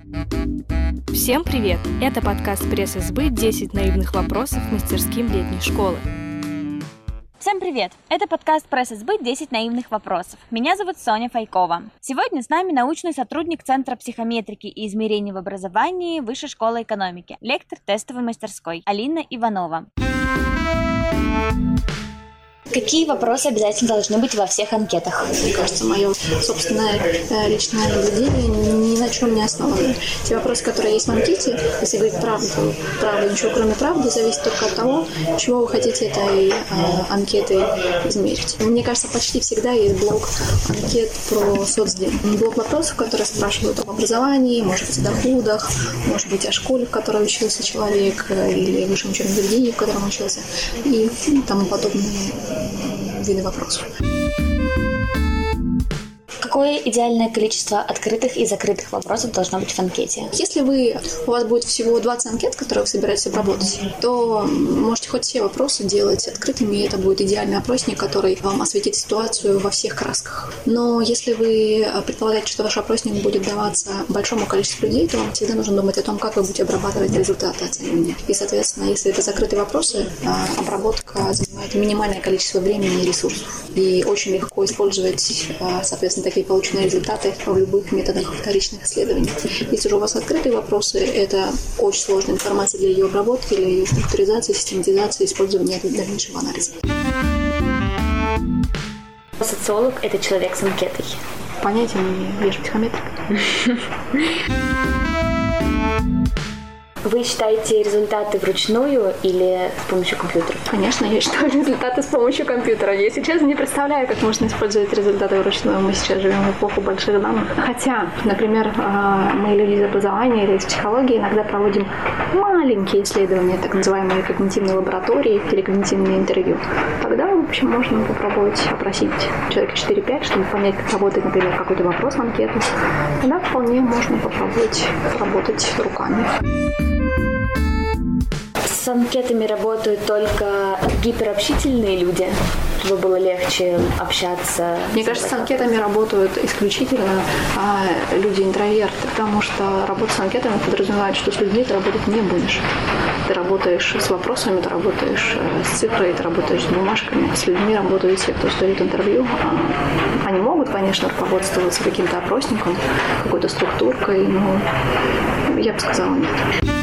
Всем привет! Это подкаст Пресс-СБ «10 наивных вопросов мастерским летней школы». Всем привет! Это подкаст Пресс-СБ «10 наивных вопросов». Меня зовут Соня Файкова. Сегодня с нами научный сотрудник Центра психометрики и измерений в образовании Высшей школы экономики, лектор тестовой мастерской Алина Иванова. Какие вопросы обязательно должны быть во всех анкетах? Мне кажется, мое собственное личное наблюдение ни на чем не основано. Те вопросы, которые есть в анкете, если говорить правду, ничего кроме правды, зависит только от того, чего вы хотите этой анкетой измерить. Мне кажется, почти всегда есть блок анкет про соцдел. Блок вопросов, которые спрашивают об образовании, может быть, о доходах, может быть, о школе, в которой учился человек, или высшем учебном заведении, в котором учился, и тому подобные виды вопросов. Какое идеальное количество открытых и закрытых вопросов должно быть в анкете? Если у вас будет всего 20 анкет, которые вы собираетесь обработать, то можете хоть все вопросы делать открытыми, и это будет идеальный опросник, который вам осветит ситуацию во всех красках. Но если вы предполагаете, что ваш опросник будет даваться большому количеству людей, то вам всегда нужно думать о том, как вы будете обрабатывать результаты оценивания. И, соответственно, если это закрытые вопросы, обработка занимает минимальное количество времени и ресурсов. И очень легко использовать, соответственно, такие полученные результаты в любых методах вторичных исследований. Если же у вас открытые вопросы, это очень сложная информация для ее обработки, для ее структуризации, систематизации, использования дальнейшего анализа. Социолог – это человек с анкетой. Понятия не имею, я же психометрик. Вы считаете результаты вручную или с помощью компьютера? Конечно, я считаю результаты с помощью компьютера. Я, если честно, не представляю, как можно использовать результаты вручную. Мы сейчас живем в эпоху больших данных. Хотя, например, мы люди из образования или из психологии иногда проводим маленькие исследования, так называемые когнитивные лаборатории или когнитивные интервью. Тогда, в общем, можно попробовать опросить человека 4-5, чтобы понять, как работает, например, какой-то вопрос в анкету. Тогда вполне можно попробовать работать руками. С анкетами работают только гиперобщительные люди, чтобы было легче общаться. Мне кажется, с анкетами работают исключительно люди-интроверты, потому что работа с анкетами подразумевает, что с людьми ты работать не будешь. Ты работаешь с вопросами, ты работаешь с цифрой, ты работаешь с бумажками. С людьми работают все, кто сдает интервью. Они могут, конечно, руководствоваться каким-то опросником, какой-то структуркой, но я бы сказала нет.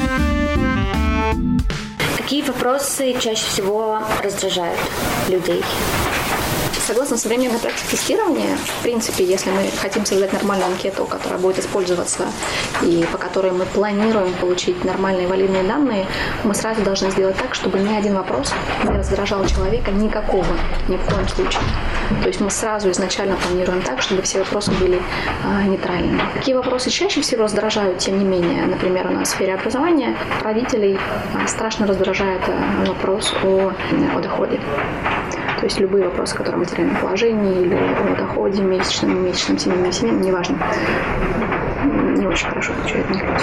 Какие вопросы чаще всего раздражают людей? Согласно современной практике тестирования, в принципе, если мы хотим создать нормальную анкету, которая будет использоваться и по которой мы планируем получить нормальные валидные данные, мы сразу должны сделать так, чтобы ни один вопрос не раздражал человека никакого, ни в коем случае. То есть мы сразу изначально планируем так, чтобы все вопросы были нейтральными. Какие вопросы чаще всего раздражают, тем не менее? Например, у нас в сфере образования родителей страшно раздражает вопрос о доходе. То есть любые вопросы, которые о материальном положении или о доходе месячном, семейном, неважно. Не очень хорошо отвечают на вопрос.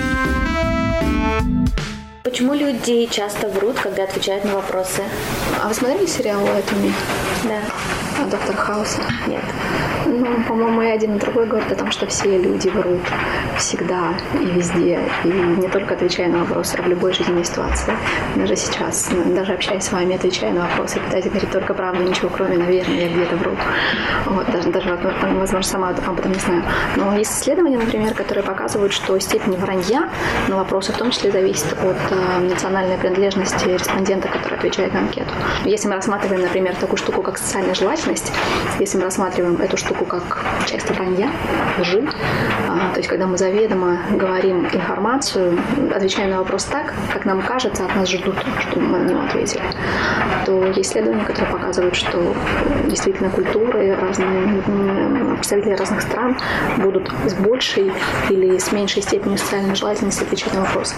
Почему люди часто врут, когда отвечают на вопросы? А вы смотрели сериал «Этими»? Да. «Доктор Хаус»? Нет. По-моему, и один, и другой говорят о том, что все люди врут всегда и везде, и не только отвечая на вопросы, а в любой жизненной ситуации. Даже сейчас, даже общаясь с вами, отвечая на вопросы, пытаясь говорить только правду, ничего кроме, наверное, я где-то вру. Даже, возможно, сама об этом не знаю. Но есть исследования, например, которые показывают, что степень вранья на вопросы в том числе зависит от национальной принадлежности респондента, который отвечает на анкету. Если мы рассматриваем, например, такую штуку, как социальная желательность, если мы рассматриваем эту штуку как часть вранья, лжи, то есть когда мы заведомо говорим информацию, отвечаем на вопрос так, как нам кажется, от нас ждут, чтобы мы на него ответили, то есть исследования, которые показывают, что действительно культуры, представители разных стран будут с большей или с меньшей степенью социальной желательности отвечать на вопросы.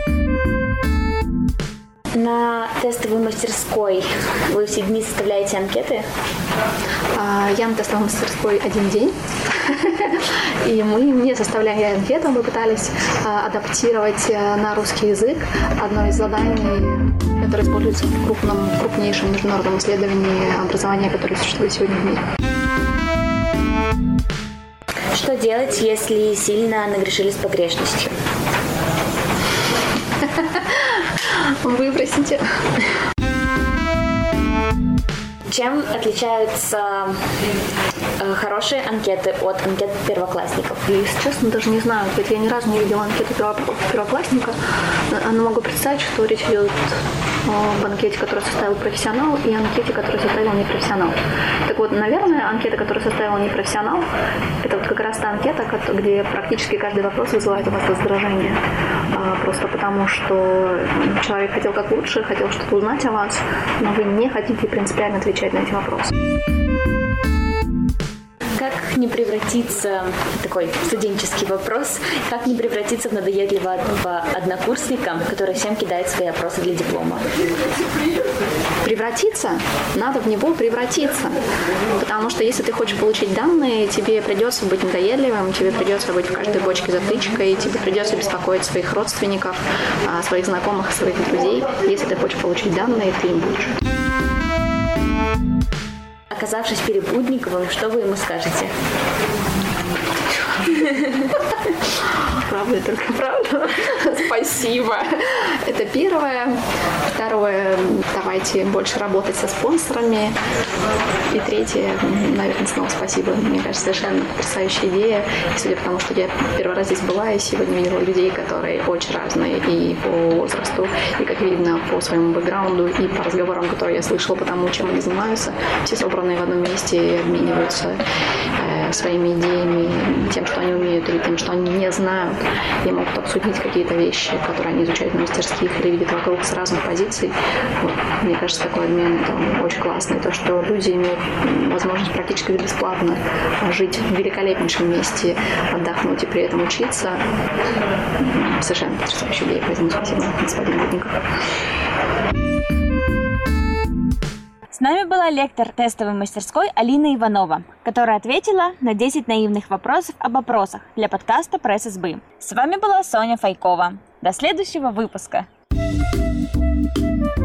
На тестовой мастерской вы все дни составляете анкеты? Я на тестовой мастерской один день. И мы не составляли анкету, мы пытались адаптировать на русский язык одно из заданий, которое используется в крупнейшем международном исследовании образования, которое существует сегодня в мире. Что делать, если сильно нагрешили с погрешностью? Выбросите. Чем отличаются хорошие анкеты от анкет первоклассников? Если честно, даже не знаю, ведь я ни разу не видела анкету первоклассника, но могу представить, что речь идет об анкете, которую составил профессионал, и анкете, которую составил непрофессионал. Так вот, наверное, анкета, которую составил непрофессионал, это вот как раз та анкета, где практически каждый вопрос вызывает у вас раздражение. Просто потому, что человек хотел как лучше, хотел что-то узнать о вас, но вы не хотите принципиально отвечать на эти вопросы. Как не превратиться, такой студенческий вопрос, как не превратиться в надоедливого однокурсника, который всем кидает свои опросы для диплома? Превратиться? Надо в него превратиться. Потому что если ты хочешь получить данные, тебе придется быть надоедливым, тебе придется быть в каждой бочке затычкой, тебе придется беспокоить своих родственников, своих знакомых, своих друзей. Если ты хочешь получить данные, ты им будешь. Оказавшись перед Будниковым, что вы ему скажете? Правда, только правда. Спасибо. Это первое. Второе, давайте больше работать со спонсорами. И третье, наверное, снова спасибо. Мне кажется, совершенно потрясающая идея. И судя по тому, что я первый раз здесь была, и сегодня видела людей, которые очень разные и по возрасту, и, как видно, по своему бэкграунду, и по разговорам, которые я слышала по тому, чем они занимаются. Все собранные в одном месте и обмениваются своими идеями, тем, что они умеют, или тем, что они не знают, и могут обсудить какие-то вещи, которые они изучают в мастерских или видят вокруг с разных позиций. Вот. Мне кажется, такой обмен это очень классно. И то, что люди имеют возможность практически бесплатно жить в великолепнейшем месте, отдохнуть и при этом учиться. Совершенно потрясающая идея. Поэтому спасибо, господин Будников. С нами была лектор тестовой мастерской Алина Иванова, которая ответила на 10 наивных вопросов об опросах для подкаста Пресс-СБ. С вами была Соня Файкова. До следующего выпуска!